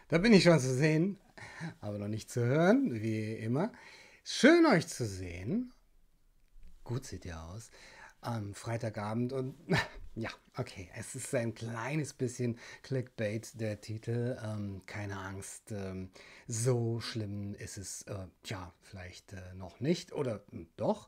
Da bin ich schon zu sehen, aber noch nicht zu hören, wie immer. Schön euch zu sehen. Gut sieht ihr aus. Am Freitagabend und ja, okay, es ist ein kleines bisschen Clickbait, der Titel. Keine Angst, so schlimm ist es, tja, vielleicht noch nicht oder doch.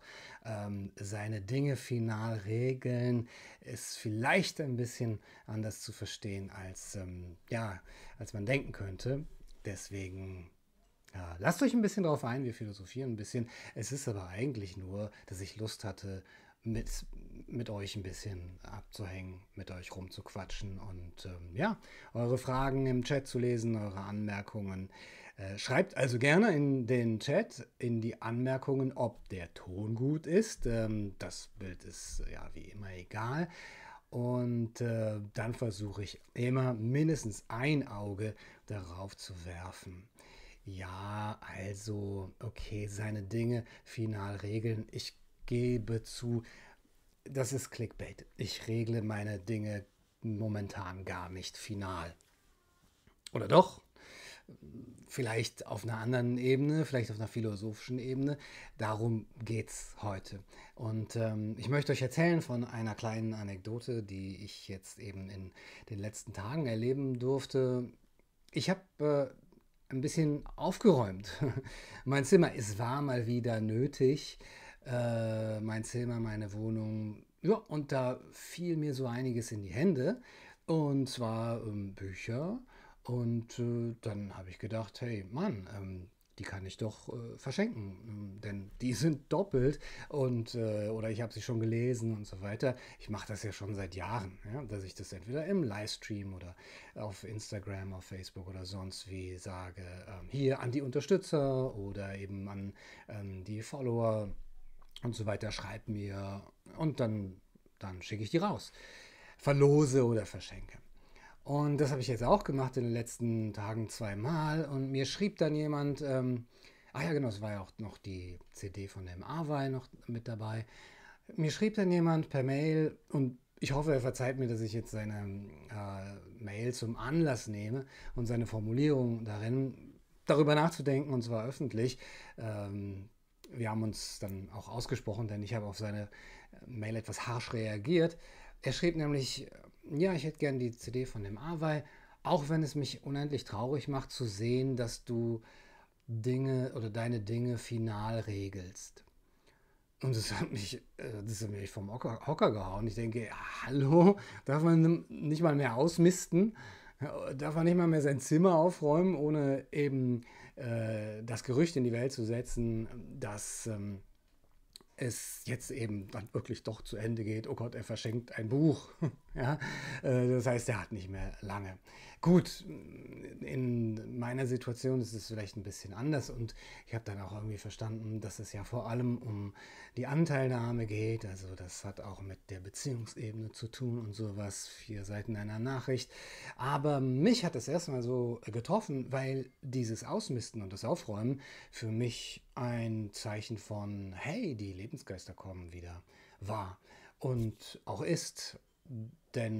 Seine Dinge final regeln ist vielleicht ein bisschen anders zu verstehen als, ja, als man denken könnte. Deswegen ja, lasst euch ein bisschen drauf ein, wir philosophieren ein bisschen. Es ist aber eigentlich nur, dass ich Lust hatte, mit, mit euch ein bisschen abzuhängen, mit euch rumzuquatschen und ja, eure Fragen im Chat zu lesen, eure Anmerkungen. Schreibt also gerne in den Chat, in die Anmerkungen, ob der Ton gut ist. Das Bild ist ja wie immer egal. Und dann versuche ich immer mindestens ein Auge darauf zu werfen. Ja, also, okay, seine Dinge final regeln. Ich gebe zu, das ist Clickbait. Ich regle meine Dinge momentan gar nicht final. Oder doch? Vielleicht auf einer anderen Ebene, vielleicht auf einer philosophischen Ebene. Darum geht's heute. Und ich möchte euch erzählen von einer kleinen Anekdote, die ich jetzt eben in den letzten Tagen erleben durfte. Ich habe ein bisschen aufgeräumt. Mein Zimmer, es war mal wieder nötig. Mein Zimmer, meine Wohnung. Ja, und da fiel mir so einiges in die Hände. Und zwar Bücher. Und dann habe ich gedacht, hey Mann, die kann ich doch verschenken, denn die sind doppelt und oder ich habe sie schon gelesen und so weiter. Ich mache das ja schon seit Jahren, ja, dass ich das entweder im Livestream oder auf Instagram, auf Facebook oder sonst wie sage, hier an die Unterstützer oder eben an die Follower und so weiter, schreibt mir und dann schicke ich die raus. Verlose oder verschenke. Und das habe ich jetzt auch gemacht in den letzten Tagen zweimal. Und mir schrieb dann jemand, ach ja genau, es war ja auch noch die CD von dem Awei noch mit dabei. Mir schrieb dann jemand per Mail und ich hoffe, er verzeiht mir, dass ich jetzt seine Mail zum Anlass nehme und seine Formulierung darin darüber nachzudenken, und zwar öffentlich. Wir haben uns dann auch ausgesprochen, denn ich habe auf seine Mail etwas harsch reagiert. Er schrieb nämlich, ja, ich hätte gern die CD von dem Awei, auch wenn es mich unendlich traurig macht zu sehen, dass du Dinge oder deine Dinge final regelst. Und das hat mich vom Hocker gehauen. Ich denke, hallo, darf man nicht mal mehr ausmisten? Darf man nicht mal mehr sein Zimmer aufräumen, ohne eben das Gerücht in die Welt zu setzen, dass es jetzt eben dann wirklich doch zu Ende geht. Oh Gott, er verschenkt ein Buch. Ja, das heißt, er hat nicht mehr lange. Gut, in meiner Situation ist es vielleicht ein bisschen anders und ich habe dann auch irgendwie verstanden, dass es ja vor allem um die Anteilnahme geht. Also das hat auch mit der Beziehungsebene zu tun und sowas. 4 Seiten einer Nachricht. Aber mich hat es erstmal so getroffen, weil dieses Ausmisten und das Aufräumen für mich ein Zeichen von, hey, die Lebensgeister kommen wieder war und auch ist. Denn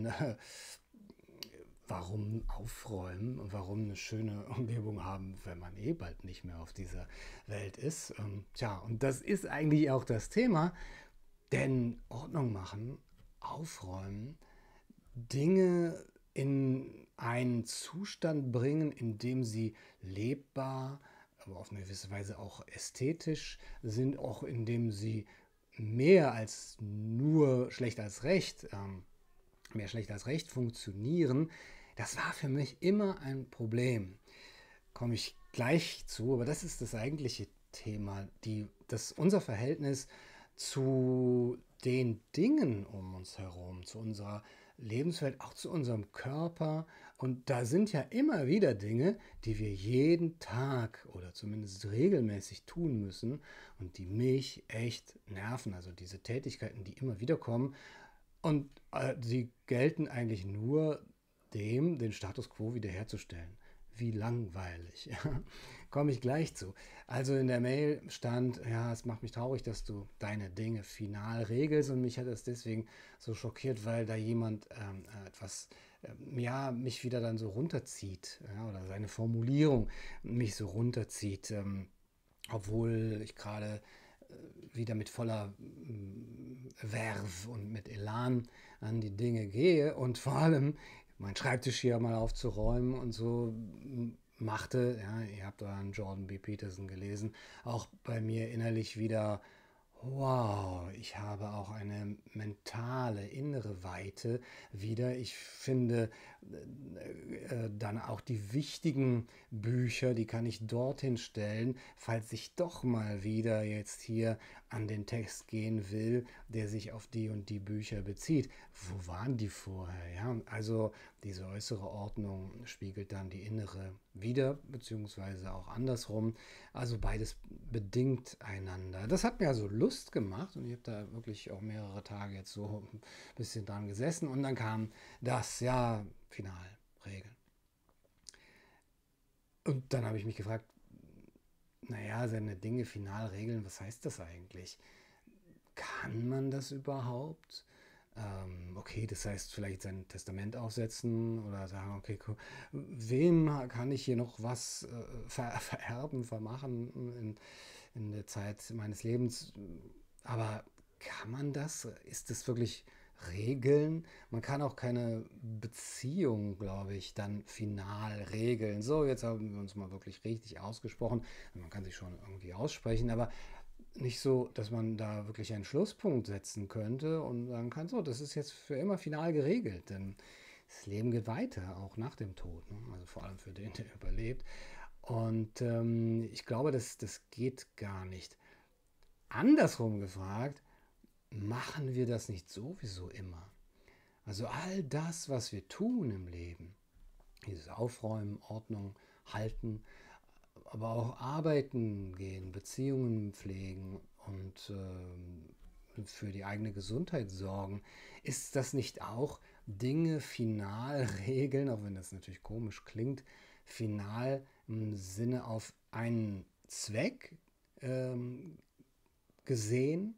warum aufräumen und warum eine schöne Umgebung haben, wenn man eh bald nicht mehr auf dieser Welt ist? Tja, und das ist eigentlich auch das Thema, denn Ordnung machen, aufräumen, Dinge in einen Zustand bringen, in dem sie lebbar, aber auf eine gewisse Weise auch ästhetisch sind, auch in dem sie mehr als nur schlecht als recht, mehr schlecht als recht funktionieren, das war für mich immer ein Problem. Komme ich gleich zu, aber das ist das eigentliche Thema, unser Verhältnis zu den Dingen um uns herum, zu unserer Lebenswelt, auch zu unserem Körper. Und da sind ja immer wieder Dinge, die wir jeden Tag oder zumindest regelmäßig tun müssen und die mich echt nerven. Also diese Tätigkeiten, die immer wieder kommen. Und sie gelten eigentlich nur den Status quo wiederherzustellen. Wie langweilig. Komme ich gleich zu. Also in der Mail stand, ja, es macht mich traurig, dass du deine Dinge final regelst und mich hat es deswegen so schockiert, weil da jemand etwas ja, mich wieder dann so runterzieht, ja, oder seine Formulierung mich so runterzieht, obwohl ich gerade wieder mit voller Verve und mit Elan an die Dinge gehe und vor allem meinen Schreibtisch hier mal aufzuräumen und so machte, ja, ihr habt euren Jordan B. Peterson gelesen, auch bei mir innerlich wieder, wow, ich habe auch eine mentale, innere Weite wieder. Ich finde dann auch die wichtigen Bücher, die kann ich dorthin stellen, falls ich doch mal wieder jetzt hier an den Text gehen will, der sich auf die und die Bücher bezieht. Wo waren die vorher? Ja, also diese äußere Ordnung spiegelt dann die innere wieder, beziehungsweise auch andersrum. Also beides bedingt einander. Das hat mir also Lust gemacht und ich habe da wirklich auch mehrere Tage jetzt so ein bisschen dran gesessen und dann kam das, ja, Finalregeln. Und dann habe ich mich gefragt, naja, seine Dinge final regeln, was heißt das eigentlich? Kann man das überhaupt? Okay, das heißt vielleicht sein Testament aufsetzen oder sagen, okay, wem kann ich hier noch was vererben, vermachen in der Zeit meines Lebens? Aber kann man das? Ist das wirklich Regeln? Man kann auch keine Beziehung, glaube ich, dann final regeln. So, jetzt haben wir uns mal wirklich richtig ausgesprochen. Man kann sich schon irgendwie aussprechen, aber nicht so, dass man da wirklich einen Schlusspunkt setzen könnte und sagen kann, so, das ist jetzt für immer final geregelt, denn das Leben geht weiter, auch nach dem Tod, ne? Also vor allem für den, der überlebt. Und ich glaube, das geht gar nicht. Andersrum gefragt, machen wir das nicht sowieso immer? Also all das, was wir tun im Leben, dieses Aufräumen, Ordnung, Halten, aber auch arbeiten gehen, Beziehungen pflegen und für die eigene Gesundheit sorgen, ist das nicht auch Dinge final regeln, auch wenn das natürlich komisch klingt, final im Sinne auf einen Zweck ähm, gesehen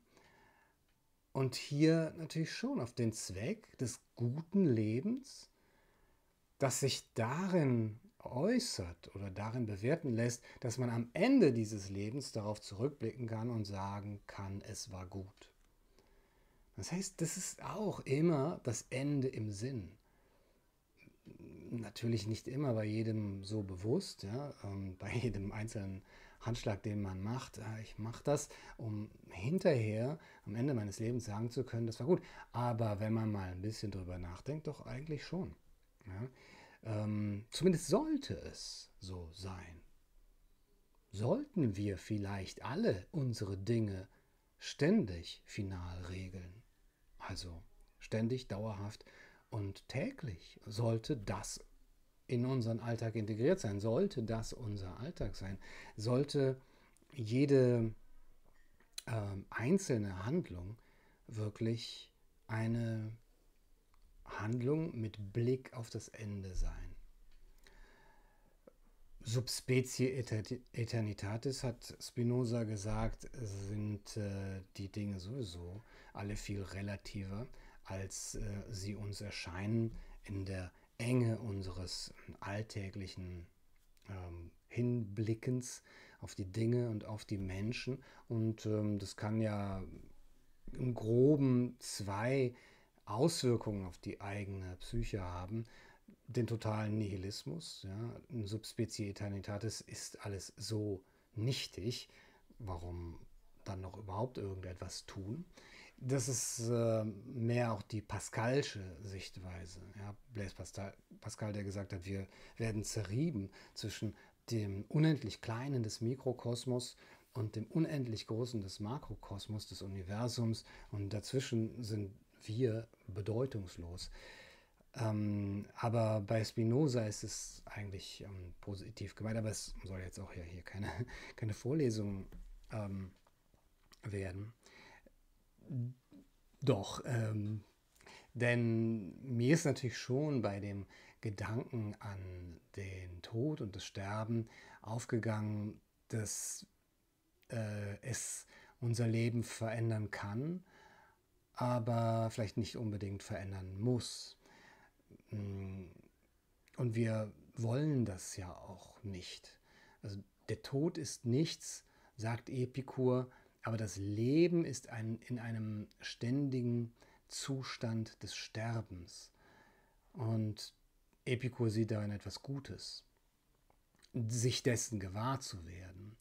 und hier natürlich schon auf den Zweck des guten Lebens, das sich darin äußert oder darin bewerten lässt, dass man am Ende dieses Lebens darauf zurückblicken kann und sagen kann, es war gut. Das heißt, das ist auch immer das Ende im Sinn. Natürlich nicht immer bei jedem so bewusst, ja, bei jedem einzelnen Handschlag, den man macht. Ich mache das, um hinterher am Ende meines Lebens sagen zu können, das war gut. Aber wenn man mal ein bisschen drüber nachdenkt, doch eigentlich schon. Ja. Zumindest sollte es so sein. Sollten wir vielleicht alle unsere Dinge ständig final regeln? Also ständig, dauerhaft und täglich sollte das in unseren Alltag integriert sein, sollte das unser Alltag sein, sollte jede einzelne Handlung wirklich eine Handlung mit Blick auf das Ende sein. Subspecie Eternitatis, hat Spinoza gesagt, sind die Dinge sowieso alle viel relativer, als sie uns erscheinen in der Enge unseres alltäglichen Hinblickens auf die Dinge und auf die Menschen. Und das kann ja im Groben zwei Auswirkungen auf die eigene Psyche haben. Den totalen Nihilismus, ja, in Subspecie Eternitatis ist alles so nichtig, warum dann noch überhaupt irgendetwas tun? Das ist mehr auch die Pascalsche Sichtweise. Ja, Blaise Pascal, der gesagt hat, wir werden zerrieben zwischen dem unendlich Kleinen des Mikrokosmos und dem unendlich Großen des Makrokosmos, des Universums. Und dazwischen sind wir bedeutungslos. Aber bei Spinoza ist es eigentlich positiv gemeint, aber es soll jetzt auch hier keine Vorlesung werden. Doch, denn mir ist natürlich schon bei dem Gedanken an den Tod und das Sterben aufgegangen, dass es unser Leben verändern kann, aber vielleicht nicht unbedingt verändern muss. Mm, Und wir wollen das ja auch nicht. Also der Tod ist nichts, sagt Epikur, aber das Leben ist in einem ständigen Zustand des Sterbens. Und Epikur sieht darin etwas Gutes, sich dessen gewahr zu werden.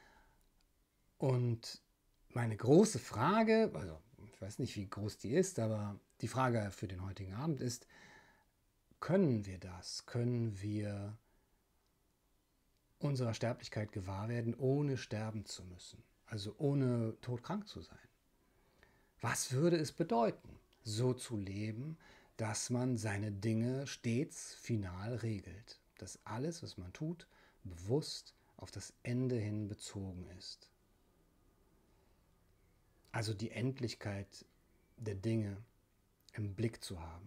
Und meine große Frage, also ich weiß nicht, wie groß die ist, aber die Frage für den heutigen Abend ist, können wir das? Können wir unserer Sterblichkeit gewahr werden, ohne sterben zu müssen? Also ohne todkrank zu sein? Was würde es bedeuten, so zu leben, dass man seine Dinge stets final regelt? Dass alles, was man tut, bewusst auf das Ende hin bezogen ist. Also die Endlichkeit der Dinge im Blick zu haben.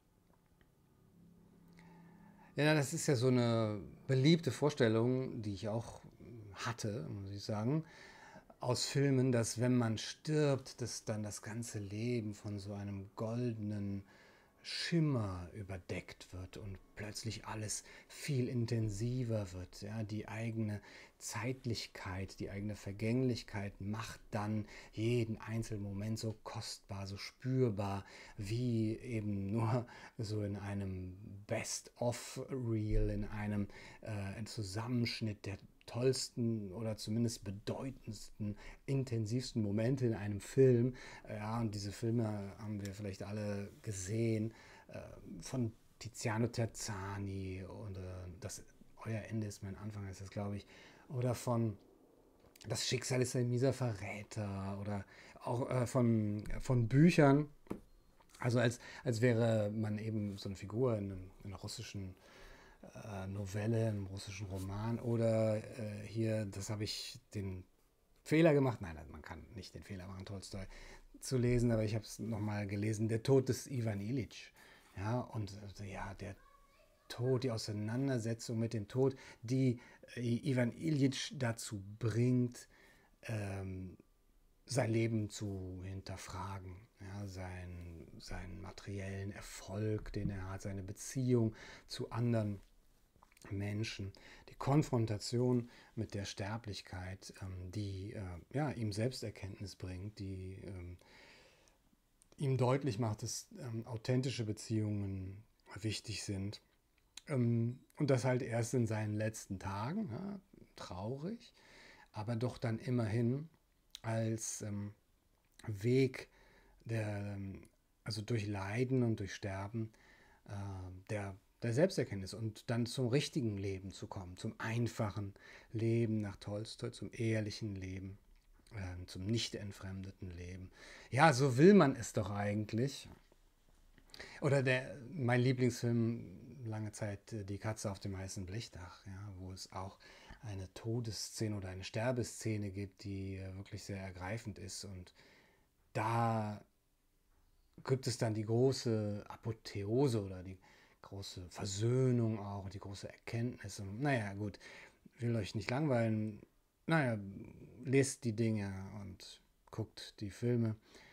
Ja, das ist ja so eine beliebte Vorstellung, die ich auch hatte, muss ich sagen, aus Filmen, dass wenn man stirbt, dass dann das ganze Leben von so einem goldenen Schimmer überdeckt wird und plötzlich alles viel intensiver wird. Ja, die eigene Zeitlichkeit, die eigene Vergänglichkeit macht dann jeden einzelnen Moment so kostbar, so spürbar, wie eben nur so in einem Best-of-Reel, in einem Zusammenschnitt der tollsten oder zumindest bedeutendsten, intensivsten Momente in einem Film. Ja, und diese Filme haben wir vielleicht alle gesehen, von Tiziano Terzani und das Euer Ende ist mein Anfang, ist das, glaube ich, oder von Das Schicksal ist ein mieser Verräter oder auch von Büchern. Also als wäre man eben so eine Figur in einer russischen Novelle, einem russischen Roman oder hier, das habe ich den Fehler gemacht. Nein, man kann nicht den Fehler machen, Tolstoi zu lesen, aber ich habe es nochmal gelesen, Der Tod des Iwan Ilitsch. Ja, und ja, der Tod, die Auseinandersetzung mit dem Tod, die Iwan Ilitsch dazu bringt, ähm, sein Leben zu hinterfragen, ja, seinen materiellen Erfolg, den er hat, seine Beziehung zu anderen Menschen, die Konfrontation mit der Sterblichkeit, die ja, ihm Selbsterkenntnis bringt, die ihm deutlich macht, dass authentische Beziehungen wichtig sind. Und das halt erst in seinen letzten Tagen, ja, traurig, aber doch dann immerhin als Weg also durch Leiden und durch Sterben äh, der Selbsterkenntnis und dann zum richtigen Leben zu kommen, zum einfachen Leben nach Tolstoi, zum ehrlichen Leben, zum nicht entfremdeten Leben. Ja, so will man es doch eigentlich. Oder mein Lieblingsfilm lange Zeit, Die Katze auf dem heißen Blechdach, ja, wo es auch eine Todesszene oder eine Sterbeszene gibt, die wirklich sehr ergreifend ist. Und da gibt es dann die große Apotheose oder die große Versöhnung auch, die große Erkenntnis. Und naja, gut, will euch nicht langweilen. Naja, lest die Dinge und guckt die Filme.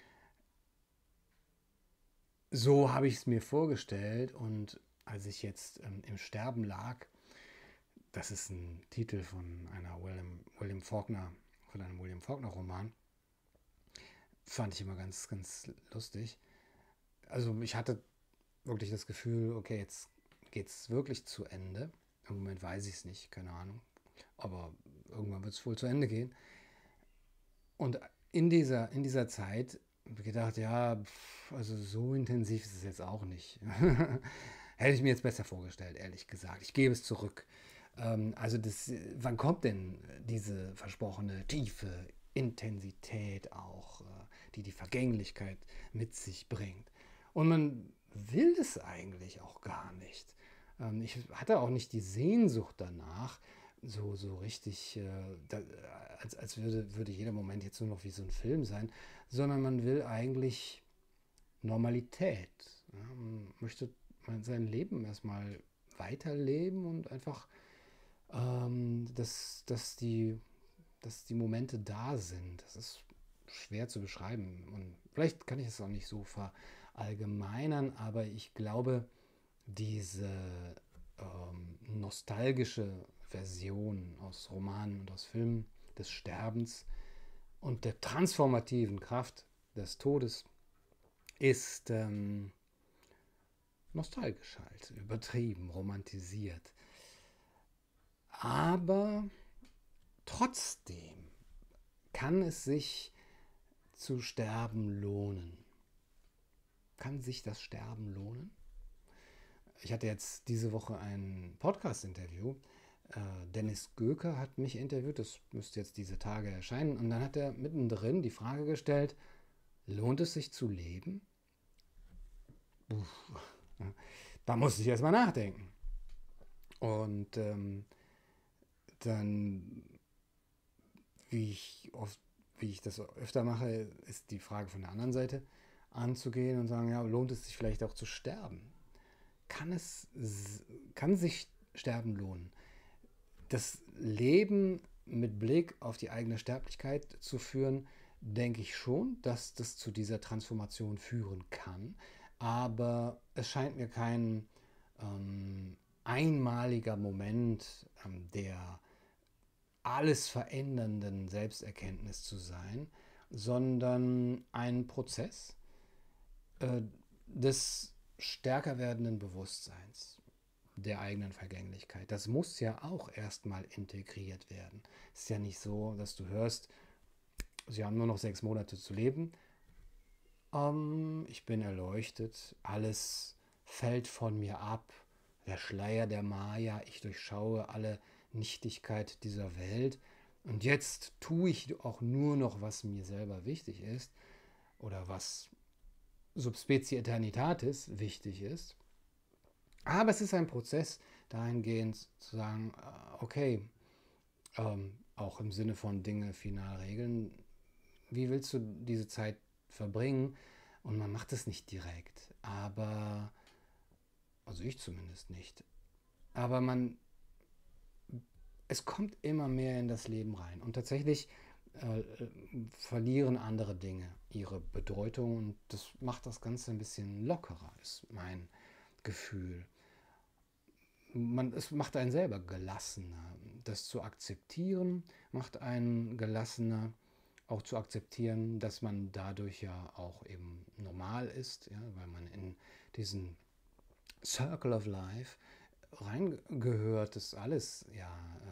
So habe ich es mir vorgestellt und als ich jetzt im Sterben lag, das ist ein Titel von William Faulkner, von einem William Faulkner Roman, fand ich immer ganz, ganz lustig. Also ich hatte wirklich das Gefühl, okay, jetzt geht es wirklich zu Ende. Im Moment weiß ich es nicht, keine Ahnung. Aber irgendwann wird es wohl zu Ende gehen. Und in dieser Zeit habe ich gedacht, ja, also so intensiv ist es jetzt auch nicht. Hätte ich mir jetzt besser vorgestellt, ehrlich gesagt. Ich gebe es zurück. Also wann kommt denn diese versprochene tiefe Intensität auch, die Vergänglichkeit mit sich bringt? Und man will es eigentlich auch gar nicht. Ich hatte auch nicht die Sehnsucht danach, so richtig, als würde jeder Moment jetzt nur noch wie so ein Film sein, sondern man will eigentlich Normalität. Ja, man möchte sein Leben erstmal weiterleben und einfach, dass die Momente da sind. Das ist schwer zu beschreiben und vielleicht kann ich es auch nicht so verallgemeinern, aber ich glaube, diese nostalgische Version aus Romanen und aus Filmen des Sterbens und der transformativen Kraft des Todes ist nostalgisch halt, übertrieben, romantisiert. Aber trotzdem kann es sich zu sterben lohnen. Kann sich das Sterben lohnen? Ich hatte jetzt diese Woche ein Podcast-Interview. Dennis Göker hat mich interviewt, das müsste jetzt diese Tage erscheinen. Und dann hat er mittendrin die Frage gestellt, lohnt es sich zu leben? Puh, da musste ich erstmal nachdenken. Und dann, wie ich, oft, wie ich das öfter mache, ist die Frage von der anderen Seite anzugehen und sagen, ja, lohnt es sich vielleicht auch zu sterben? Kann kann sich Sterben lohnen? Das Leben mit Blick auf die eigene Sterblichkeit zu führen, denke ich schon, dass das zu dieser Transformation führen kann. Aber es scheint mir kein einmaliger Moment der alles verändernden Selbsterkenntnis zu sein, sondern ein Prozess des stärker werdenden Bewusstseins der eigenen Vergänglichkeit. Das muss ja auch erstmal integriert werden. Es ist ja nicht so, dass du hörst, sie haben nur noch 6 Monate zu leben. Ich bin erleuchtet, alles fällt von mir ab, der Schleier der Maya, ich durchschaue alle Nichtigkeit dieser Welt und jetzt tue ich auch nur noch, was mir selber wichtig ist oder was subspecie aeternitatis wichtig ist. Aber es ist ein Prozess dahingehend zu sagen, okay, auch im Sinne von Dinge final regeln, wie willst du diese Zeit verbringen? Und man macht es nicht direkt, aber, also ich zumindest nicht, aber es kommt immer mehr in das Leben rein. Und tatsächlich verlieren andere Dinge ihre Bedeutung und das macht das Ganze ein bisschen lockerer, ist mein Gefühl. Es macht einen selber gelassener. Das zu akzeptieren macht einen gelassener, auch zu akzeptieren, dass man dadurch ja auch eben normal ist, ja, weil man in diesen Circle of Life reingehört, dass alles ja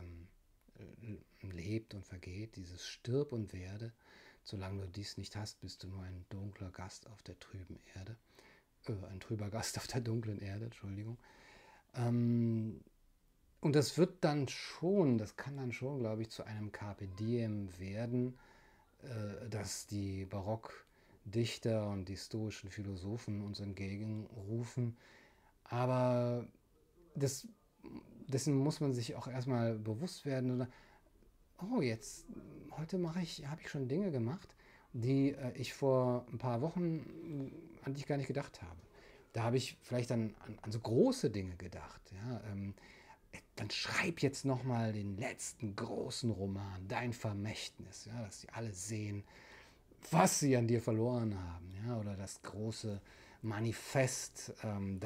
lebt und vergeht, dieses Stirb und Werde. Solange du dies nicht hast, bist du nur ein dunkler Gast auf der trüben Erde. Ein trüber Gast auf der dunklen Erde, Entschuldigung. Und das wird dann schon, das kann dann schon, glaube ich, zu einem Carpe Diem werden, dass die Barockdichter und die stoischen Philosophen uns entgegenrufen. Aber das, dessen muss man sich auch erstmal bewusst werden. Oder, oh, heute habe ich schon Dinge gemacht, die ich vor ein paar Wochen an die ich gar nicht gedacht habe. Da habe ich vielleicht an so große Dinge gedacht. Ja, dann schreib jetzt nochmal den letzten großen Roman, Dein Vermächtnis, ja, dass sie alle sehen, was sie an dir verloren haben. Ja, oder das große Manifest,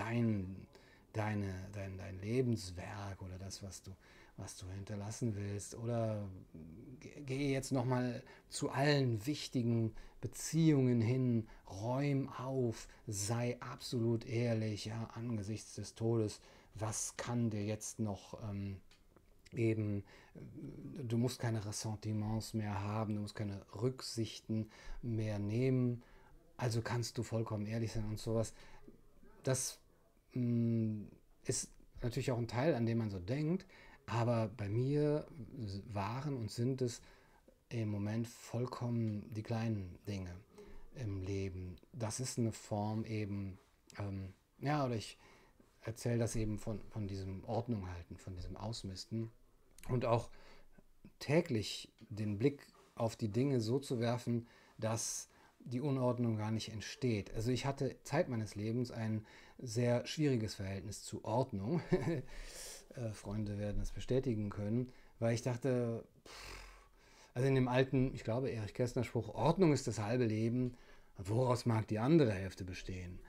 dein Lebenswerk oder das, was du hinterlassen willst. Oder gehe jetzt nochmal zu allen wichtigen Beziehungen hin, räum auf, sei absolut ehrlich, ja, angesichts des Todes. Was kann dir jetzt noch eben, du musst keine Ressentiments mehr haben, du musst keine Rücksichten mehr nehmen, also kannst du vollkommen ehrlich sein und sowas. Das ist natürlich auch ein Teil, an dem man so denkt, aber bei mir waren und sind es im Moment vollkommen die kleinen Dinge im Leben. Das ist eine Form eben, ja, oder ich erzähle das eben von diesem Ordnung halten, von diesem Ausmisten und auch täglich den Blick auf die Dinge so zu werfen, dass die Unordnung gar nicht entsteht. Also ich hatte Zeit meines Lebens ein sehr schwieriges Verhältnis zu Ordnung. Freunde werden das bestätigen können, weil ich dachte, also in dem alten, ich glaube, Erich Kästner Spruch, Ordnung ist das halbe Leben, woraus mag die andere Hälfte bestehen?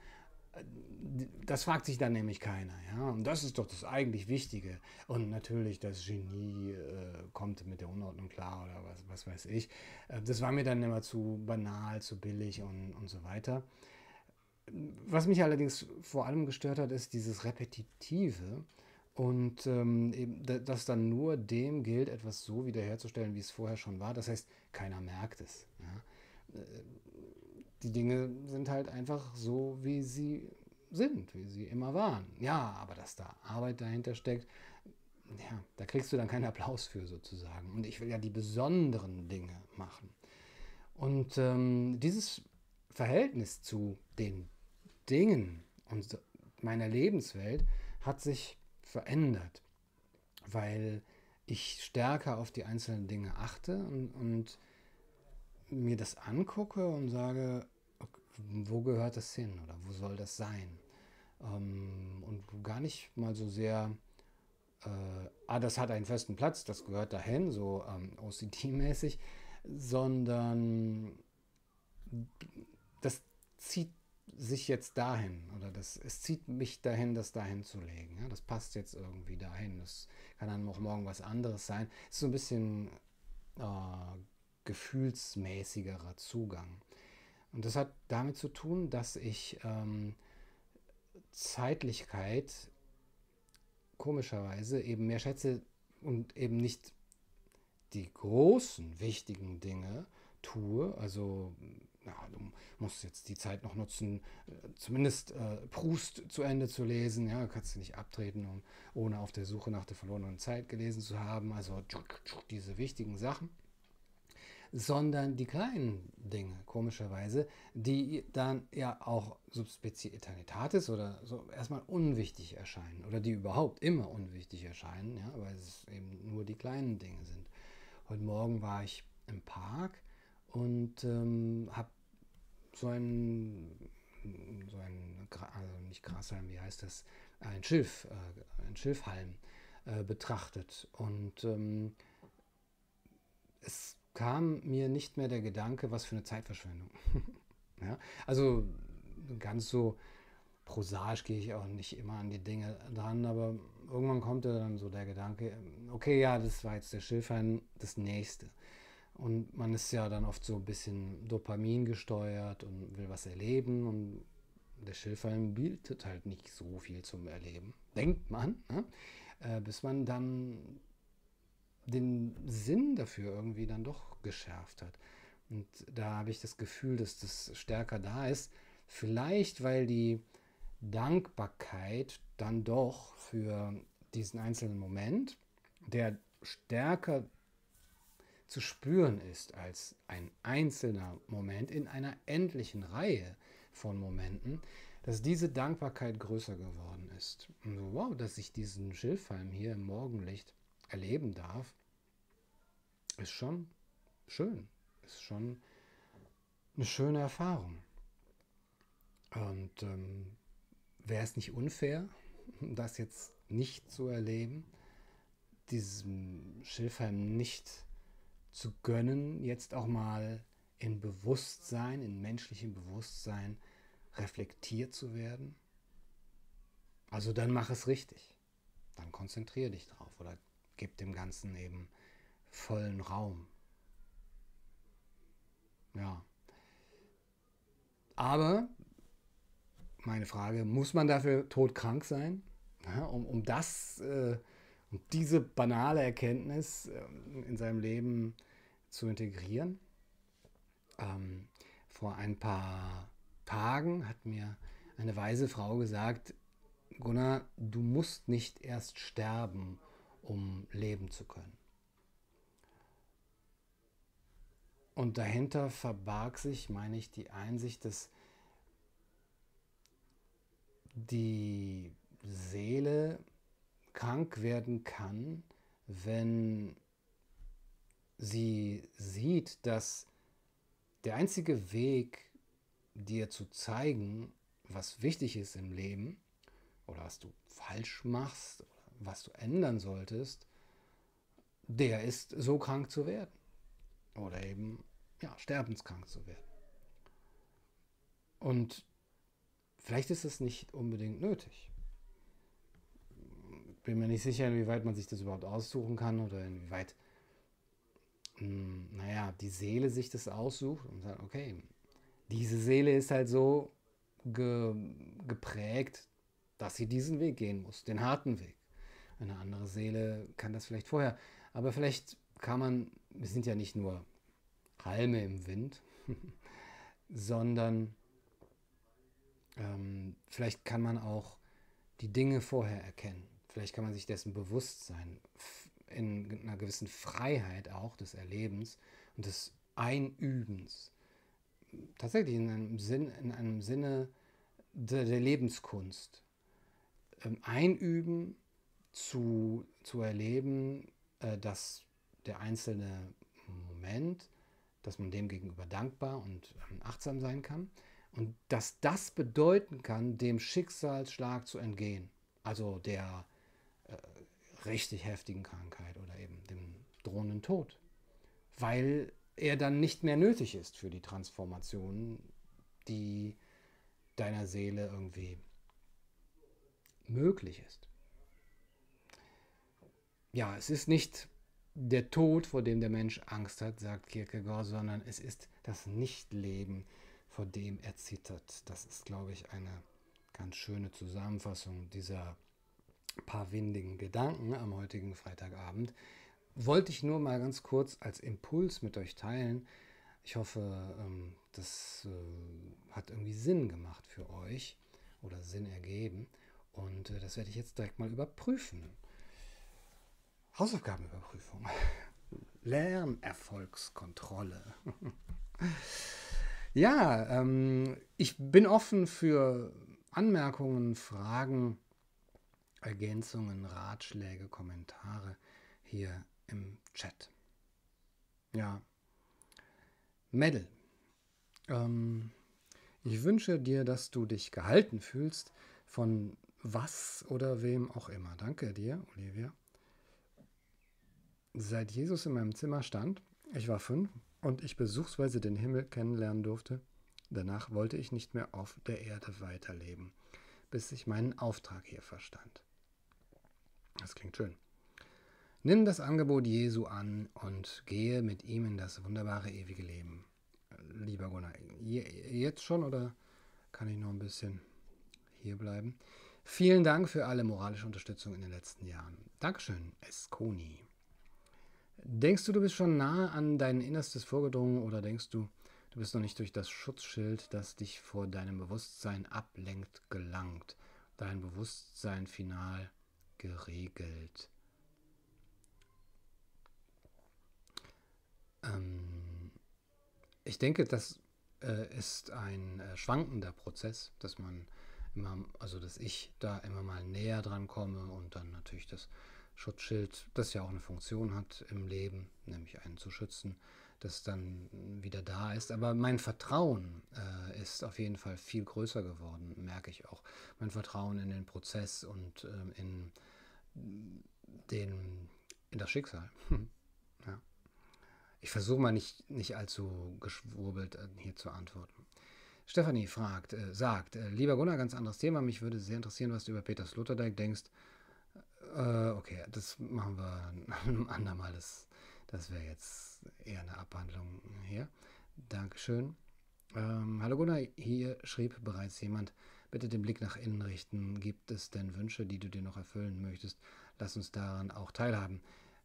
Das fragt sich dann nämlich keiner. Ja? Und das ist doch das eigentlich Wichtige. Und natürlich, das Genie kommt mit der Unordnung klar oder was weiß ich. Das war mir dann immer zu banal, zu billig und so weiter. Was mich allerdings vor allem gestört hat, ist dieses Repetitive und eben, dass dann nur dem gilt, etwas so wiederherzustellen, wie es vorher schon war. Das heißt, keiner merkt es. Ja? Die Dinge sind halt einfach so, wie sie sind, wie sie immer waren. Ja, aber dass da Arbeit dahinter steckt, ja, da kriegst du dann keinen Applaus für sozusagen. Und ich will ja die besonderen Dinge machen. Und dieses Verhältnis zu den Dingen und meiner Lebenswelt hat sich verändert, weil ich stärker auf die einzelnen Dinge achte und mir das angucke und sage, okay, wo gehört das hin oder wo soll das sein? Und gar nicht mal so sehr, das hat einen festen Platz, das gehört dahin, so OCD-mäßig, sondern das zieht sich jetzt dahin oder es zieht mich dahin, das dahin zu legen. Ja? Das passt jetzt irgendwie dahin. Das kann dann auch morgen was anderes sein. Es ist so ein bisschen äh, gefühlsmäßigerer Zugang. Und das hat damit zu tun, dass ich Zeitlichkeit komischerweise eben mehr schätze und eben nicht die großen, wichtigen Dinge tue. Also, ja, du musst jetzt die Zeit noch nutzen, zumindest Proust zu Ende zu lesen. Ja, kannst du nicht abtreten, ohne auf der Suche nach der verlorenen Zeit gelesen zu haben. Also diese wichtigen Sachen, sondern die kleinen Dinge, komischerweise, die dann ja auch subspecie Eternitatis oder so erstmal unwichtig erscheinen oder die überhaupt immer unwichtig erscheinen, ja, weil es eben nur die kleinen Dinge sind. Heute Morgen war ich im Park und habe so also nicht Grashalm, wie heißt das, ein Schilfhalm betrachtet. Und es kam mir nicht mehr der Gedanke, was für eine Zeitverschwendung. Ja? Also ganz so prosaisch gehe ich auch nicht immer an die Dinge dran, aber irgendwann kommt dann so der Gedanke, okay, ja, das war jetzt der Schilfhalm, das nächste. Und man ist ja dann oft so ein bisschen Dopamin gesteuert und will was erleben und der Schilfhalm bietet halt nicht so viel zum Erleben, denkt man, ne? Bis man dann den Sinn dafür irgendwie dann doch geschärft hat. Und da habe ich das Gefühl, dass das stärker da ist. Vielleicht, weil die Dankbarkeit dann doch für diesen einzelnen Moment, der stärker zu spüren ist als ein einzelner Moment in einer endlichen Reihe von Momenten, dass diese Dankbarkeit größer geworden ist. Und so, wow, dass ich diesen Schilfhalm hier im Morgenlicht erleben darf, ist schon schön. Ist schon eine schöne Erfahrung. Und wäre es nicht unfair, das jetzt nicht zu erleben, diesem Schilfhalm nicht zu gönnen, jetzt auch mal in Bewusstsein, in menschlichem Bewusstsein reflektiert zu werden? Also dann mach es richtig. Dann konzentriere dich drauf oder gib dem Ganzen eben vollen Raum. Ja. Aber meine Frage, muss man dafür todkrank sein, ja, um diese banale Erkenntnis in seinem Leben zu integrieren? Vor ein paar Tagen hat mir eine weise Frau gesagt, Gunnar, du musst nicht erst sterben, um leben zu können. Und dahinter verbarg sich, meine ich, die Einsicht, dass die Seele krank werden kann, wenn sie sieht, dass der einzige Weg, dir zu zeigen, was wichtig ist im Leben oder was du falsch machst, oder was du ändern solltest, der ist, so krank zu werden oder eben ja, sterbenskrank zu werden. Und vielleicht ist es nicht unbedingt nötig. Bin mir nicht sicher, inwieweit man sich das überhaupt aussuchen kann oder inwieweit, naja, die Seele sich das aussucht und sagt, okay, diese Seele ist halt so ge geprägt, dass sie diesen Weg gehen muss, den harten Weg. Eine andere Seele kann das vielleicht vorher. Aber vielleicht kann man, wir sind ja nicht nur Halme im Wind, sondern vielleicht kann man auch die Dinge vorher erkennen. Vielleicht kann man sich dessen bewusst sein, in einer gewissen Freiheit auch des Erlebens und des Einübens. Tatsächlich in einem Sinne der Lebenskunst. Einüben zu erleben, dass der einzelne Moment, dass man dem gegenüber dankbar und achtsam sein kann und dass das bedeuten kann, dem Schicksalsschlag zu entgehen, also der richtig heftigen Krankheit oder eben dem drohenden Tod, weil er dann nicht mehr nötig ist für die Transformation, die deiner Seele irgendwie möglich ist. Ja, es ist nicht der Tod, vor dem der Mensch Angst hat, sagt Kierkegaard, sondern es ist das Nichtleben, vor dem er zittert. Das ist, glaube ich, eine ganz schöne Zusammenfassung dieser paar windigen Gedanken am heutigen Freitagabend. Wollte ich nur mal ganz kurz als Impuls mit euch teilen. Ich hoffe, das hat irgendwie Sinn gemacht für euch oder Sinn ergeben. Und das werde ich jetzt direkt mal überprüfen. Hausaufgabenüberprüfung. Lernerfolgskontrolle. Ja, ich bin offen für Anmerkungen, Fragen, Ergänzungen, Ratschläge, Kommentare hier im Chat. Ja, Mädel, ich wünsche dir, dass du dich gehalten fühlst von was oder wem auch immer. Danke dir, Olivia. Seit Jesus in meinem Zimmer stand, ich war 5 und ich besuchsweise den Himmel kennenlernen durfte, danach wollte ich nicht mehr auf der Erde weiterleben, bis ich meinen Auftrag hier verstand. Das klingt schön. Nimm das Angebot Jesu an und gehe mit ihm in das wunderbare ewige Leben. Lieber Gunnar, jetzt schon oder kann ich noch ein bisschen hier bleiben? Vielen Dank für alle moralische Unterstützung in den letzten Jahren. Dankeschön, Esconi. Denkst du, du bist schon nahe an dein Innerstes vorgedrungen oder denkst du, du bist noch nicht durch das Schutzschild, das dich vor deinem Bewusstsein ablenkt, gelangt, dein Bewusstsein final geregelt? Ich denke, das ist ein schwankender Prozess, dass man immer, also dass ich da immer mal näher dran komme und dann natürlich das Schutzschild, das ja auch eine Funktion hat im Leben, nämlich einen zu schützen, das dann wieder da ist. Aber mein Vertrauen ist auf jeden Fall viel größer geworden, merke ich auch. Mein Vertrauen in den Prozess und in das Schicksal. Ja. Ich versuche mal nicht allzu geschwurbelt hier zu antworten. Stefanie sagt, lieber Gunnar, ganz anderes Thema. Mich würde sehr interessieren, was du über Peter Sloterdijk denkst. Okay, das machen wir ein andermal. Das wäre jetzt eher eine Abhandlung hier. Dankeschön. Hallo Gunnar, hier schrieb bereits jemand, bitte den Blick nach innen richten. Gibt es denn Wünsche, die du dir noch erfüllen möchtest? Lass uns daran auch teilhaben.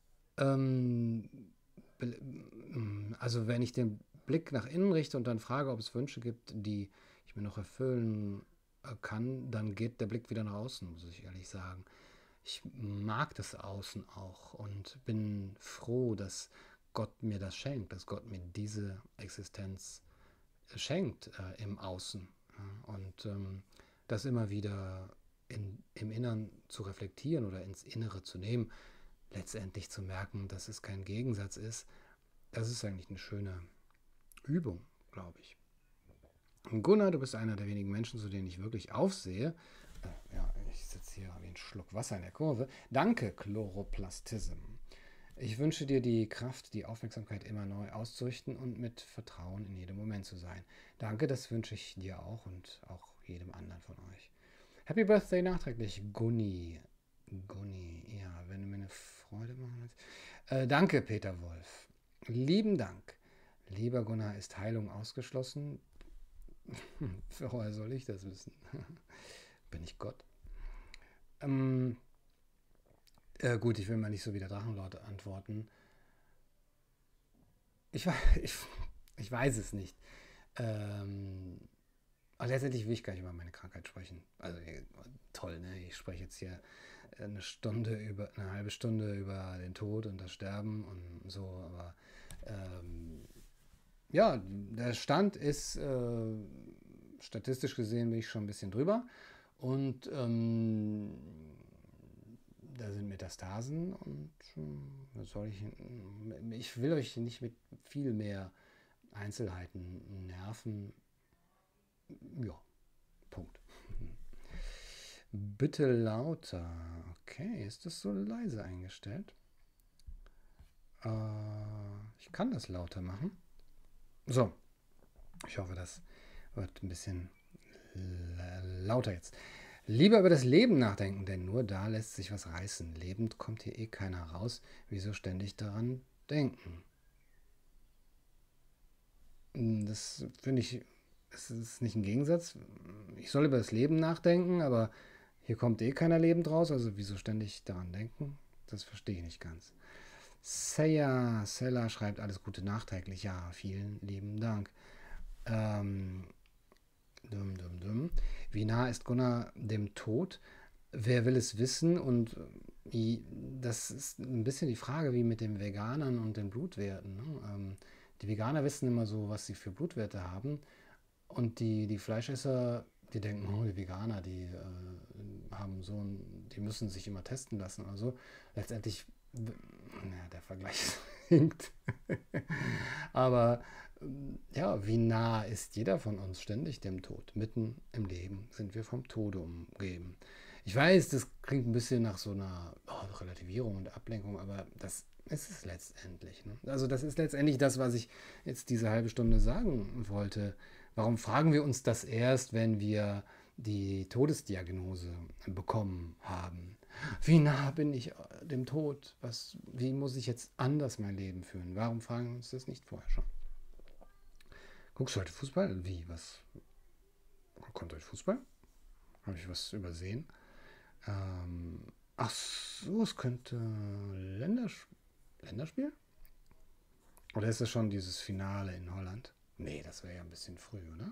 Also wenn ich den Blick nach innen richte und dann frage, ob es Wünsche gibt, die ich mir noch erfüllen kann, dann geht der Blick wieder nach außen, muss ich ehrlich sagen. Ich mag das Außen auch und bin froh, dass Gott mir das schenkt, dass Gott mir diese Existenz schenkt im Außen. Ja, und das immer wieder im Innern zu reflektieren oder ins Innere zu nehmen, letztendlich zu merken, dass es kein Gegensatz ist, das ist eigentlich eine schöne Übung, glaube ich. Und Gunnar, du bist einer der wenigen Menschen, zu denen ich wirklich aufsehe. Ja, ich sitze hier wie ein Schluck Wasser in der Kurve. Danke, Chloroplastism. Ich wünsche dir die Kraft, die Aufmerksamkeit immer neu auszurichten und mit Vertrauen in jedem Moment zu sein. Danke, das wünsche ich dir auch und auch jedem anderen von euch. Happy Birthday nachträglich, Gunni. Gunni, ja, wenn du mir eine Freude machen willst. Danke, Peter Wolf. Lieben Dank. Lieber Gunnar, ist Heilung ausgeschlossen? Woher soll ich das wissen? Bin ich Gott? Gut, ich will mal nicht so wie der Drachenlord antworten. Ich, ich, ich weiß es nicht. Aber letztendlich will ich gar nicht über meine Krankheit sprechen. Also toll, ne? Ich spreche jetzt hier eine halbe Stunde über den Tod und das Sterben und so, aber ja, der Stand ist statistisch gesehen bin ich schon ein bisschen drüber und da sind Metastasen und ich will euch nicht mit viel mehr Einzelheiten nerven. Ja, Punkt. Bitte lauter. Okay, ist das so leise eingestellt? Ich kann das lauter machen. So, ich hoffe, das wird ein bisschen lauter jetzt. Lieber über das Leben nachdenken, denn nur da lässt sich was reißen. Lebend kommt hier eh keiner raus. Wieso ständig daran denken? Das finde ich, es ist nicht ein Gegensatz. Ich soll über das Leben nachdenken, aber hier kommt eh keiner lebend raus, also wieso ständig daran denken? Das verstehe ich nicht ganz. Sella schreibt alles Gute nachträglich. Ja, vielen lieben Dank. Wie nah ist Gunnar dem Tod? Wer will es wissen? Und das ist ein bisschen die Frage wie mit den Veganern und den Blutwerten. Ne? Die Veganer wissen immer so, was sie für Blutwerte haben. Und die Fleischesser, die denken, oh, die Veganer, die haben die müssen sich immer testen lassen oder so. Letztendlich, naja, der Vergleich hinkt. Aber ja, wie nah ist jeder von uns ständig dem Tod? Mitten im Leben sind wir vom Tode umgeben. Ich weiß, das klingt ein bisschen nach so einer Relativierung und Ablenkung, aber das ist es letztendlich. Ne? Also das ist letztendlich das, was ich jetzt diese halbe Stunde sagen wollte. Warum fragen wir uns das erst, wenn wir die Todesdiagnose bekommen haben? Wie nah bin ich dem Tod? Wie muss ich jetzt anders mein Leben führen? Warum fragen wir uns das nicht vorher schon? Guckst du heute Fußball? Wie? Was? Kommt heute Fußball? Habe ich was übersehen? Ach so, es könnte Länderspiel? Oder ist das schon dieses Finale in Holland? Nee, das wäre ja ein bisschen früh, oder?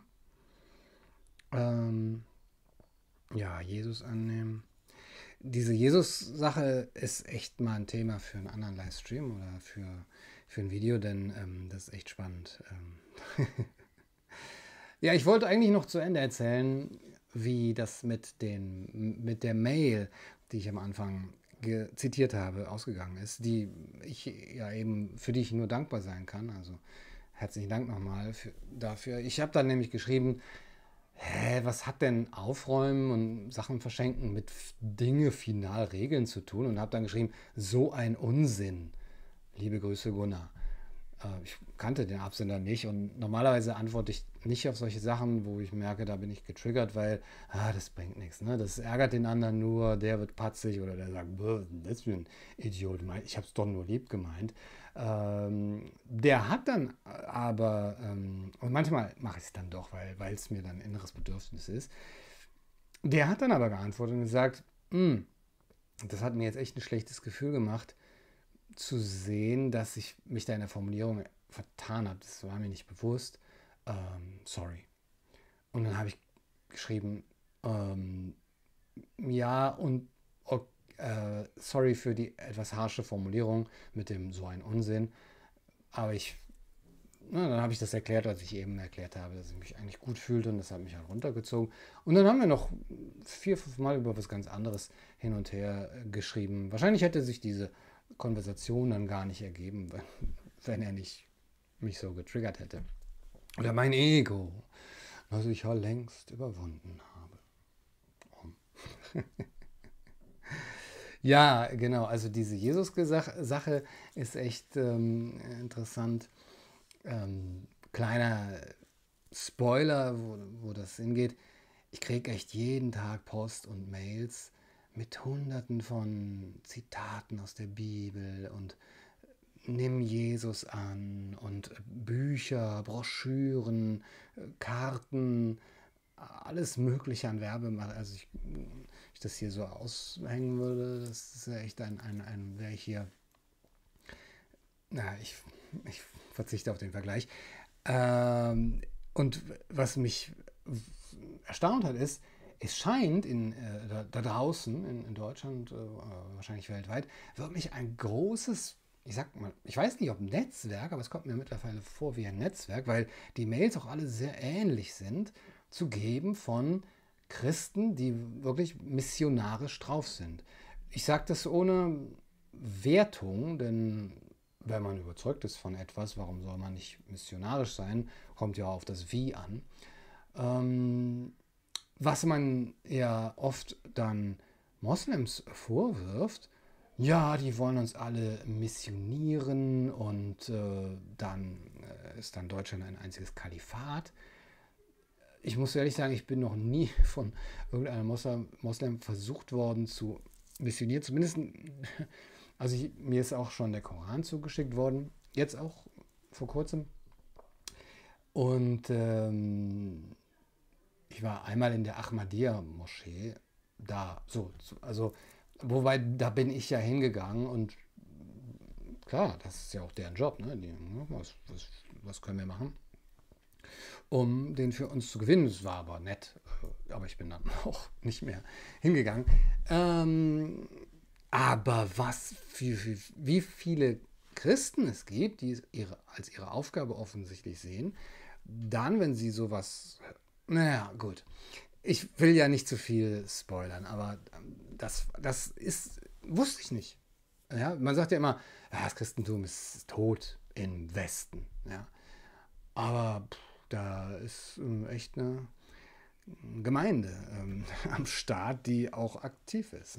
Ja, Jesus annehmen. Diese Jesus-Sache ist echt mal ein Thema für einen anderen Livestream oder für ein Video, denn das ist echt spannend. Ja, ich wollte eigentlich noch zu Ende erzählen, wie das mit der Mail, die ich am Anfang zitiert habe, ausgegangen ist, für die ich nur dankbar sein kann. Also herzlichen Dank nochmal dafür. Ich habe dann nämlich geschrieben, was hat denn Aufräumen und Sachen verschenken mit Dinge final Regeln zu tun? Und habe dann geschrieben, so ein Unsinn. Liebe Grüße, Gunnar. Ich kannte den Absender nicht und normalerweise antworte ich nicht auf solche Sachen, wo ich merke, da bin ich getriggert, weil das bringt nichts. Ne? Das ärgert den anderen nur, der wird patzig oder der sagt, das ist für ein Idiot, ich habe es doch nur lieb gemeint. Der hat dann aber, und manchmal mache ich es dann doch, weil es mir dann ein inneres Bedürfnis ist, der hat dann aber geantwortet und gesagt, das hat mir jetzt echt ein schlechtes Gefühl gemacht, zu sehen, dass ich mich da in der Formulierung vertan habe. Das war mir nicht bewusst. Sorry. Und dann habe ich geschrieben, ja, und sorry für die etwas harsche Formulierung mit dem so ein Unsinn. Aber dann habe ich das erklärt, als ich eben erklärt habe, dass ich mich eigentlich gut fühlte und das hat mich halt runtergezogen. Und dann haben wir noch 4, 5 Mal über was ganz anderes hin und her geschrieben. Wahrscheinlich hätte sich diese Konversation dann gar nicht ergeben, wenn er nicht mich so getriggert hätte. Oder mein Ego, was ich ja längst überwunden habe. Ja, genau, also diese Jesus-Sache ist echt interessant. Kleiner Spoiler, wo das hingeht. ich kriege echt jeden Tag Post und Mails mit Hunderten von Zitaten aus der Bibel und nimm Jesus an und Bücher, Broschüren, Karten, alles Mögliche an Werbematerial. Also ich das hier so aushängen würde, das ist ja echt wäre ich hier, na, ich verzichte auf den Vergleich. Ähm, und was mich erstaunt hat, ist, es scheint da draußen in Deutschland, wahrscheinlich weltweit, wirklich ein großes, ich sag mal, ich weiß nicht ob Netzwerk, aber es kommt mir mittlerweile vor wie ein Netzwerk, weil die Mails auch alle sehr ähnlich sind, zu geben von Christen, die wirklich missionarisch drauf sind. Ich sage das ohne Wertung, denn wenn man überzeugt ist von etwas, warum soll man nicht missionarisch sein? Kommt ja auf das Wie an. Ähm, Was man ja oft dann Moslems vorwirft, ja, die wollen uns alle missionieren und dann ist dann Deutschland ein einziges Kalifat. Ich muss ehrlich sagen, ich bin noch nie von irgendeinem Moslem versucht worden zu missionieren. Zumindest, also mir ist auch schon der Koran zugeschickt worden, jetzt auch vor kurzem. Und ich war einmal in der Ahmadiyya-Moschee, da, also, wobei, da bin ich ja hingegangen und klar, das ist ja auch deren Job, ne? Was können wir machen, um den für uns zu gewinnen? Das war aber nett, aber ich bin dann auch nicht mehr hingegangen. Aber wie viele Christen es gibt, die es als ihre Aufgabe offensichtlich sehen, dann, wenn sie sowas, naja, gut. Ich will ja nicht zu viel spoilern, aber das wusste ich nicht. Ja, man sagt ja immer, ja, das Christentum ist tot im Westen. Ja. Aber da ist echt eine Gemeinde am Start, die auch aktiv ist.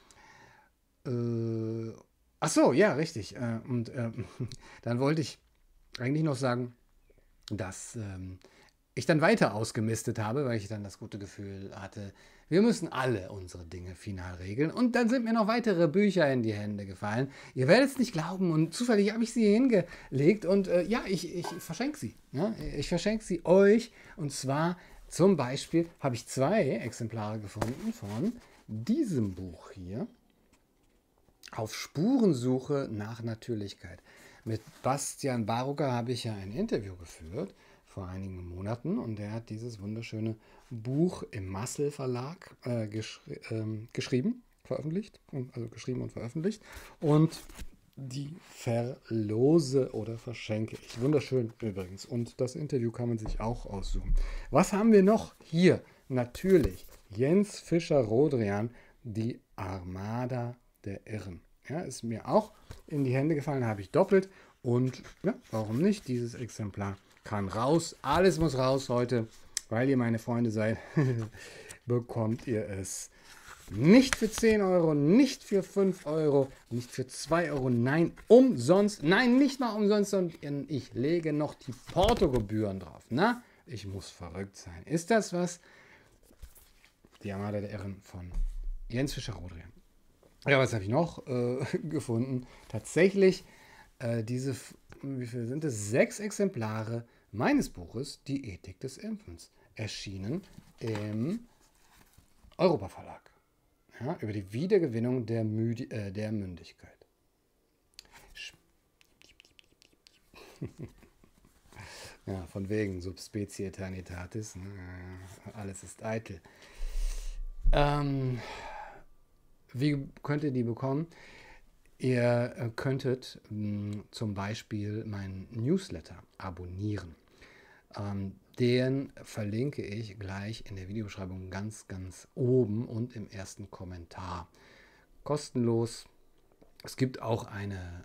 Ach so, ja, richtig. Und dann wollte ich eigentlich noch sagen, dass ich dann weiter ausgemistet habe, weil ich dann das gute Gefühl hatte, wir müssen alle unsere Dinge final regeln. Und dann sind mir noch weitere Bücher in die Hände gefallen. Ihr werdet es nicht glauben und zufällig habe ich sie hier hingelegt und ja, ich verschenke sie. Ja? Ich verschenke sie euch und zwar zum Beispiel habe ich 2 Exemplare gefunden von diesem Buch hier. Auf Spurensuche nach Natürlichkeit. Mit Bastian Barucker habe ich ja ein Interview geführt vor einigen Monaten und der hat dieses wunderschöne Buch im Massel Verlag geschrieben, veröffentlicht, also geschrieben und veröffentlicht und die verlose oder verschenke ich. Wunderschön übrigens und das Interview kann man sich auch aussuchen. Was haben wir noch hier? Natürlich Jens Fischer-Rodrian, die Armada der Irren. Ja, ist mir auch in die Hände gefallen, habe ich doppelt. Und ja, warum nicht? Dieses Exemplar kann raus. Alles muss raus heute, weil ihr meine Freunde seid. Bekommt ihr es nicht für 10 Euro, nicht für 5 Euro, nicht für 2 Euro. Nein, umsonst. Nein, nicht mal umsonst. Und ich lege noch die Portogebühren drauf. Na, ich muss verrückt sein. Ist das was? Die Armada der Irren von Jens Fischer-Rodrian. Ja, was habe ich noch gefunden? Tatsächlich wie viele sind es? 6 Exemplare meines Buches Die Ethik des Impfens. Erschienen im Europa Verlag. Ja, über die Wiedergewinnung der Mündigkeit. Ja, von wegen Subspecie Eternitatis. Ne? Alles ist eitel. Wie könnt ihr die bekommen? Ihr könntet zum Beispiel meinen Newsletter abonnieren. Den verlinke ich gleich in der Videobeschreibung ganz, ganz oben und im ersten Kommentar. Kostenlos. Es gibt auch eine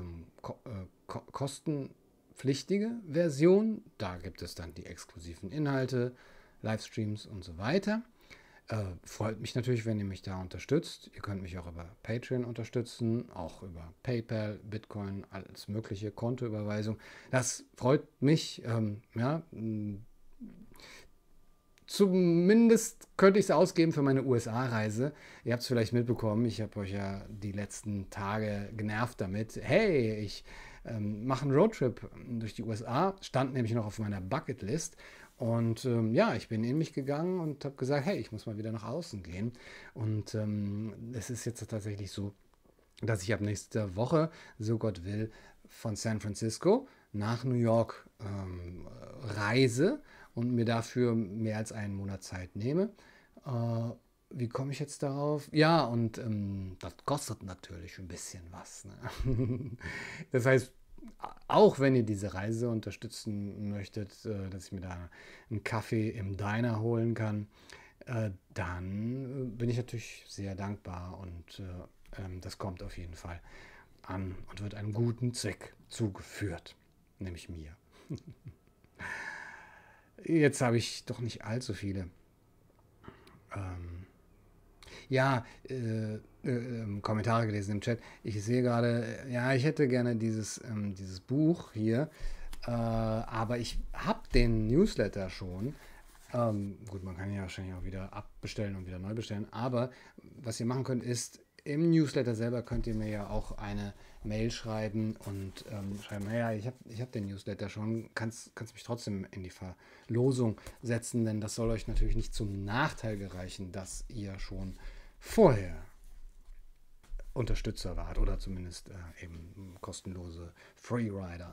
kostenpflichtige Version. Da gibt es dann die exklusiven Inhalte, Livestreams und so weiter. Freut mich natürlich, wenn ihr mich da unterstützt. Ihr könnt mich auch über Patreon unterstützen, auch über PayPal, Bitcoin, alles mögliche, Kontoüberweisung. Das freut mich. Ja, zumindest könnte ich es ausgeben für meine USA-Reise. Ihr habt es vielleicht mitbekommen, ich habe euch ja die letzten Tage genervt damit. Hey, ich mache einen Roadtrip durch die USA, stand nämlich noch auf meiner Bucketlist. Und ja, ich bin in mich gegangen und habe gesagt, hey, ich muss mal wieder nach außen gehen. Und es ist jetzt tatsächlich so, dass ich ab nächster Woche, so Gott will, von San Francisco nach New York reise und mir dafür mehr als einen Monat Zeit nehme. Äh, Wie komme ich jetzt darauf? Ja, und das kostet natürlich ein bisschen was. Ne? Das heißt, auch wenn ihr diese Reise unterstützen möchtet, dass ich mir da einen Kaffee im Diner holen kann, dann bin ich natürlich sehr dankbar und das kommt auf jeden Fall an und wird einem guten Zweck zugeführt, nämlich mir. Jetzt habe ich doch nicht allzu viele. Ähm, ja, Kommentare gelesen im Chat. Ich sehe gerade, ja, ich hätte gerne dieses Buch hier, aber ich habe den Newsletter schon. Gut, man kann ja wahrscheinlich auch wieder abbestellen und wieder neu bestellen, aber was ihr machen könnt, ist, im Newsletter selber könnt ihr mir ja auch eine Mail schreiben und schreiben, naja, ich hab den Newsletter schon, kannst mich trotzdem in die Verlosung setzen, denn das soll euch natürlich nicht zum Nachteil gereichen, dass ihr schon vorher Unterstützer wart oder zumindest eben kostenlose Freerider.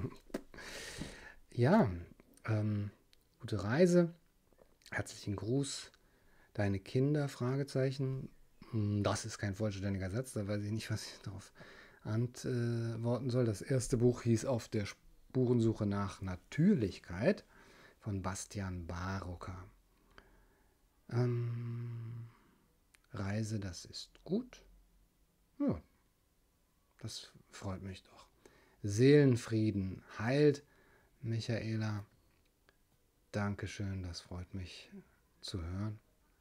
Ja, gute Reise, herzlichen Gruß, deine Kinder, Fragezeichen. Das ist kein vollständiger Satz, da weiß ich nicht, was ich darauf antworten soll. Das erste Buch hieß Auf der Spurensuche nach Natürlichkeit von Bastian Barocker. Reise, das ist gut. Ja, das freut mich doch. Seelenfrieden heilt, Michaela. Dankeschön, das freut mich zu hören.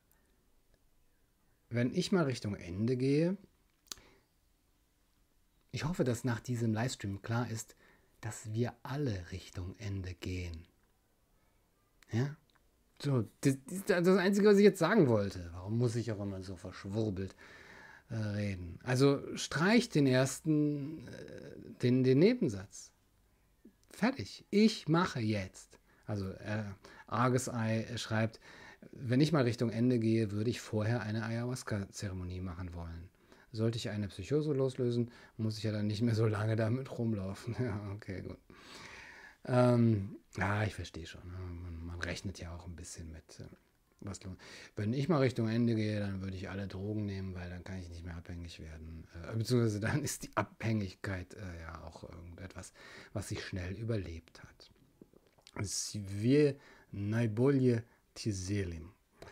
Wenn ich mal Richtung Ende gehe, ich hoffe, dass nach diesem Livestream klar ist, dass wir alle Richtung Ende gehen. Ja? So, das ist das Einzige, was ich jetzt sagen wollte. Warum muss ich auch immer so verschwurbelt reden? Also streicht den ersten, den Nebensatz. Fertig. Ich mache jetzt. Also Argus-Ei schreibt, wenn ich mal Richtung Ende gehe, würde ich vorher eine Ayahuasca-Zeremonie machen wollen. Sollte ich eine Psychose loslösen, muss ich ja dann nicht mehr so lange damit rumlaufen. Ja, okay, gut. Ja, ich verstehe schon. Ne? Man rechnet ja auch ein bisschen mit was lohnt. Wenn ich mal Richtung Ende gehe, dann würde ich alle Drogen nehmen, weil dann kann ich nicht mehr abhängig werden. Beziehungsweise dann ist die Abhängigkeit ja auch irgendetwas, was sich schnell überlebt hat. Svie Najbolje Tiselim.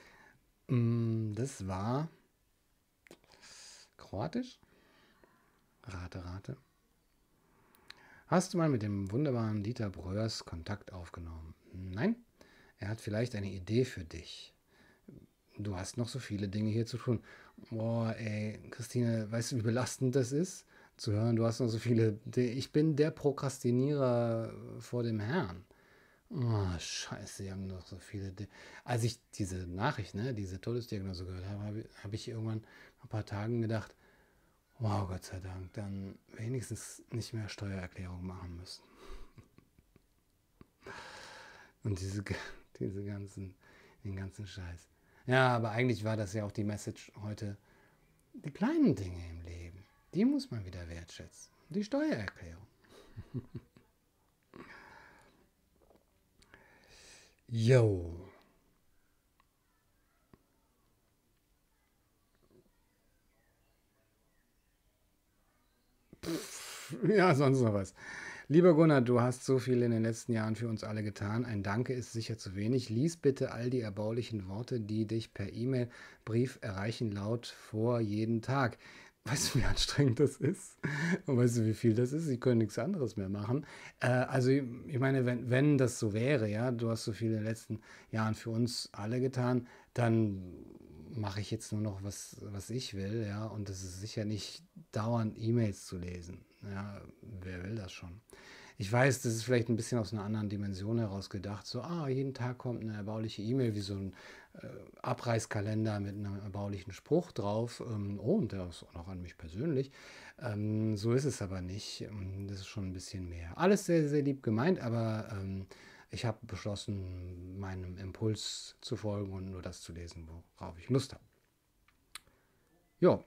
Das war Kroatisch? Rate, rate. Hast du mal mit dem wunderbaren Dieter Bröers Kontakt aufgenommen? Nein? Er hat vielleicht eine Idee für dich. Du hast noch so viele Dinge hier zu tun. Boah, ey, Christine, weißt du, wie belastend das ist? Zu hören, du hast noch so viele. Ich bin der Prokrastinierer vor dem Herrn. Oh, scheiße, sie haben noch so viele. Als ich diese Nachricht, ne, diese Todesdiagnose gehört habe, habe ich irgendwann nach ein paar Tagen gedacht, wow, Gott sei Dank, dann wenigstens nicht mehr Steuererklärung machen müssen. Und den ganzen Scheiß. Ja, aber eigentlich war das ja auch die Message heute. Die kleinen Dinge im Leben, die muss man wieder wertschätzen. Die Steuererklärung. Yo. Ja, sonst noch was. Lieber Gunnar, du hast so viel in den letzten Jahren für uns alle getan. Ein Danke ist sicher zu wenig. Lies bitte all die erbaulichen Worte, die dich per E-Mail, Brief erreichen, laut vor jeden Tag. Weißt du, wie anstrengend das ist? Und weißt du, wie viel das ist? Sie können nichts anderes mehr machen. Also, ich meine, wenn das so wäre, ja, du hast so viel in den letzten Jahren für uns alle getan, dann mache ich jetzt nur noch was ich will, ja, und das ist sicher nicht dauernd E-Mails zu lesen. Ja, wer will das schon? Ich weiß, das ist vielleicht ein bisschen aus einer anderen Dimension heraus gedacht. So, jeden Tag kommt eine erbauliche E-Mail wie so ein Abreißkalender mit einem erbaulichen Spruch drauf. Oh, und der ist auch noch an mich persönlich. So ist es aber nicht. Das ist schon ein bisschen mehr. Alles sehr, sehr lieb gemeint, aber ich habe beschlossen, meinem Impuls zu folgen und nur das zu lesen, worauf ich Lust habe. Jo,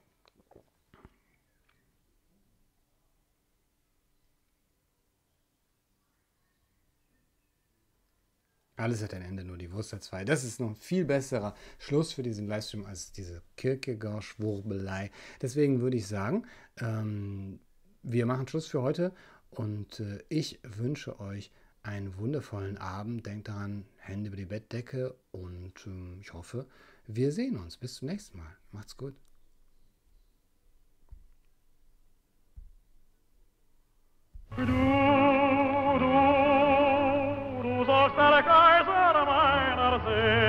alles hat ein Ende, nur die Wurst hat zwei. Das ist noch ein viel besserer Schluss für diesen Livestream als diese Kierkegaard-Schwurbelei. Deswegen würde ich sagen, wir machen Schluss für heute und ich wünsche euch einen wundervollen Abend. Denkt daran, Hände über die Bettdecke und ich hoffe, wir sehen uns. Bis zum nächsten Mal. Macht's gut. Du sagst, der Kaiser meiner Seele,